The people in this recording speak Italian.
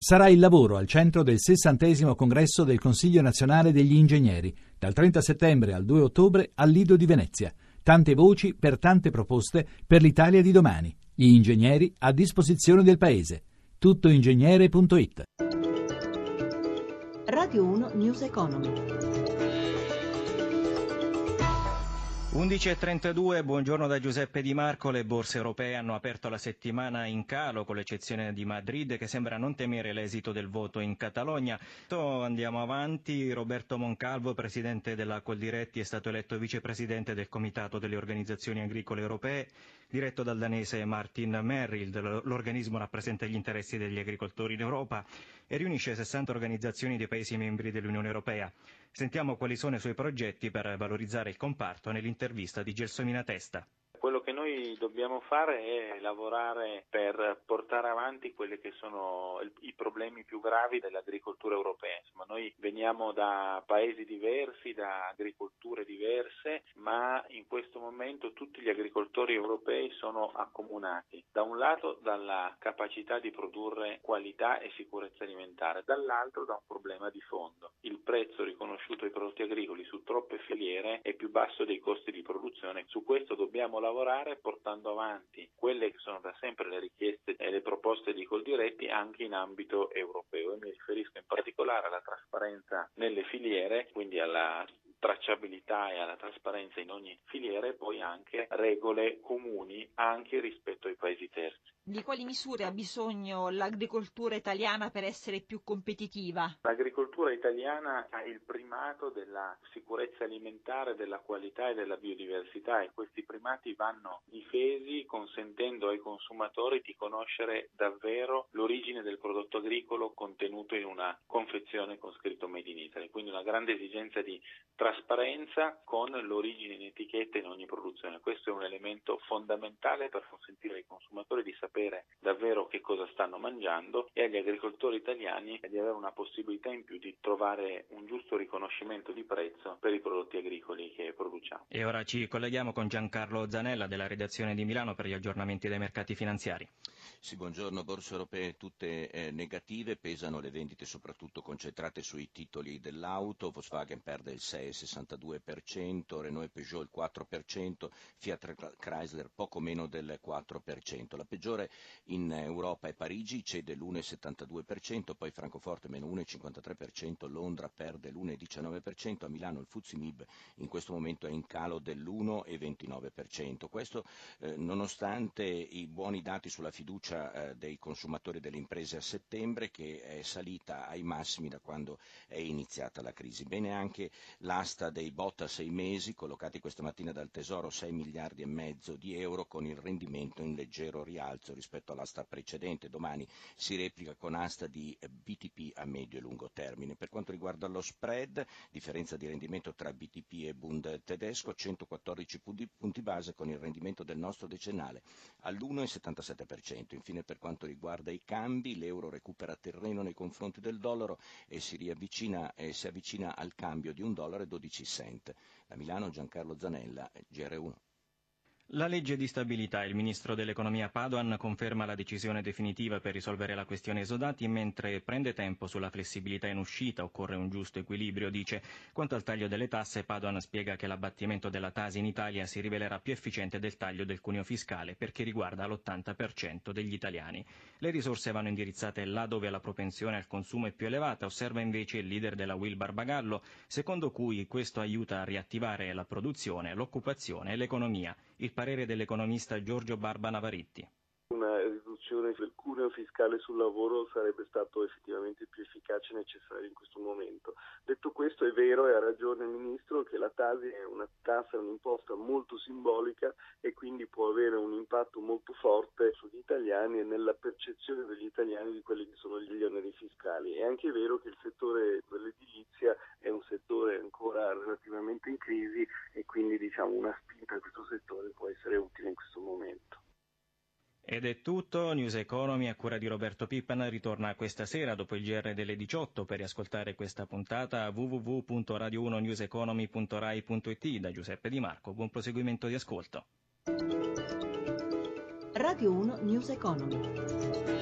Sarà il lavoro al centro del 60° congresso del Consiglio Nazionale degli Ingegneri, dal 30 settembre al 2 ottobre al Lido di Venezia. Tante voci per tante proposte per l'Italia di domani. Gli ingegneri a disposizione del Paese. Tuttoingegnere.it. Radio 1 News Economy. 11.32, buongiorno da Giuseppe Di Marco. Le borse europee hanno aperto la settimana in calo, con l'eccezione di Madrid, che sembra non temere l'esito del voto in Catalogna. Andiamo avanti. Roberto Moncalvo, presidente della Coldiretti, è stato eletto vicepresidente del Comitato delle Organizzazioni Agricole Europee, diretto dal danese Martin Merrild. L'organismo rappresenta gli interessi degli agricoltori in Europa e riunisce 60 organizzazioni dei Paesi membri dell'Unione Europea. Sentiamo quali sono i suoi progetti per valorizzare il comparto nell'intervista di Gelsomina Testa. Quello che noi dobbiamo fare è lavorare per portare avanti quelli che sono i problemi più gravi dell'agricoltura europea. Insomma, noi veniamo da paesi diversi, da agricolture diverse, ma in questo momento tutti gli agricoltori europei sono accomunati, da un lato dalla capacità di produrre qualità e sicurezza alimentare, dall'altro da un problema di fondo. Il prezzo riconosciuto ai prodotti agricoli su troppe filiere è più basso dei costi di produzione. Su questo dobbiamo lavorare portando avanti quelle che sono da sempre le richieste e le proposte di Coldiretti anche in ambito europeo. E mi riferisco in particolare alla trasparenza nelle filiere, quindi alla tracciabilità e alla trasparenza in ogni filiera, e poi anche regole comuni anche rispetto ai paesi terzi. Di quali misure ha bisogno l'agricoltura italiana per essere più competitiva? L'agricoltura italiana ha il primato della sicurezza alimentare, della qualità e della biodiversità, e questi primati vanno difesi consentendo ai consumatori di conoscere davvero l'origine del prodotto agricolo contenuto in una confezione con scritto Made in Italy. Quindi una grande esigenza di trasparenza con l'origine in etichetta in ogni produzione. Questo è un elemento fondamentale per consentire ai consumatori di sapere davvero che cosa stanno mangiando e agli agricoltori italiani di avere una possibilità in più di trovare un giusto riconoscimento di prezzo per i prodotti agricoli che produciamo. E ora ci colleghiamo con Giancarlo Zanella della redazione di Milano per gli aggiornamenti dei mercati finanziari. Sì, buongiorno. Borse europee tutte negative, pesano le vendite soprattutto concentrate sui titoli dell'auto. Volkswagen perde il 6,62%, Renault e Peugeot il 4%, Fiat Chrysler poco meno del 4%. La peggiore in Europa è Parigi, cede l'1,72%, poi Francoforte meno 1,53%, Londra perde l'1,19%, a Milano il FTSE MIB in questo momento è in calo dell'1,29%. Questo nonostante i buoni dati sulla fiducia dei consumatori e delle imprese a settembre, che è salita ai massimi da quando è iniziata la crisi. Bene anche l'asta dei BOT a 6 mesi, collocati questa mattina dal Tesoro 6,5 miliardi di euro, con il rendimento in leggero rialzo rispetto all'asta precedente. Domani si replica con asta di BTP a medio e lungo termine. Per quanto riguarda lo spread, differenza di rendimento tra BTP e Bund tedesco, 114 punti base, con il rendimento del nostro decennale all'1,77%. Infine, per quanto riguarda i cambi, l'euro recupera terreno nei confronti del dollaro e si avvicina al cambio di $1,12. Da Milano Giancarlo Zanella, GR1. La legge di stabilità. Il ministro dell'economia Padoan conferma la decisione definitiva per risolvere la questione esodati, mentre prende tempo sulla flessibilità in uscita. Occorre un giusto equilibrio, dice. Quanto al taglio delle tasse, Padoan spiega che l'abbattimento della Tasi in Italia si rivelerà più efficiente del taglio del cuneo fiscale, perché riguarda l'80% degli italiani. Le risorse vanno indirizzate là dove la propensione al consumo è più elevata, osserva invece il leader della UIL Barbagallo, secondo cui questo aiuta a riattivare la produzione, l'occupazione e l'economia. Il parere dell'economista Giorgio Barba Navaritti. Una riduzione del cuneo fiscale sul lavoro sarebbe stato effettivamente più efficace e necessario in questo momento. Detto questo, è vero e ha ragione il Ministro che la Tasi è una tassa, un'imposta molto simbolica e quindi può avere un impatto molto forte sugli italiani e nella percezione degli italiani di quelli che sono gli oneri fiscali. È anche vero che il settore dell'edilizia è un settore ancora relativamente in crisi e quindi una spinta a questo settore può essere utile in questo momento. Ed è tutto. News Economy a cura di Roberto Pippan ritorna questa sera dopo il GR delle 18. Per riascoltare questa puntata www.radio1newseconomy.rai.it. Da Giuseppe Di Marco, buon proseguimento di ascolto. Radio 1 News Economy.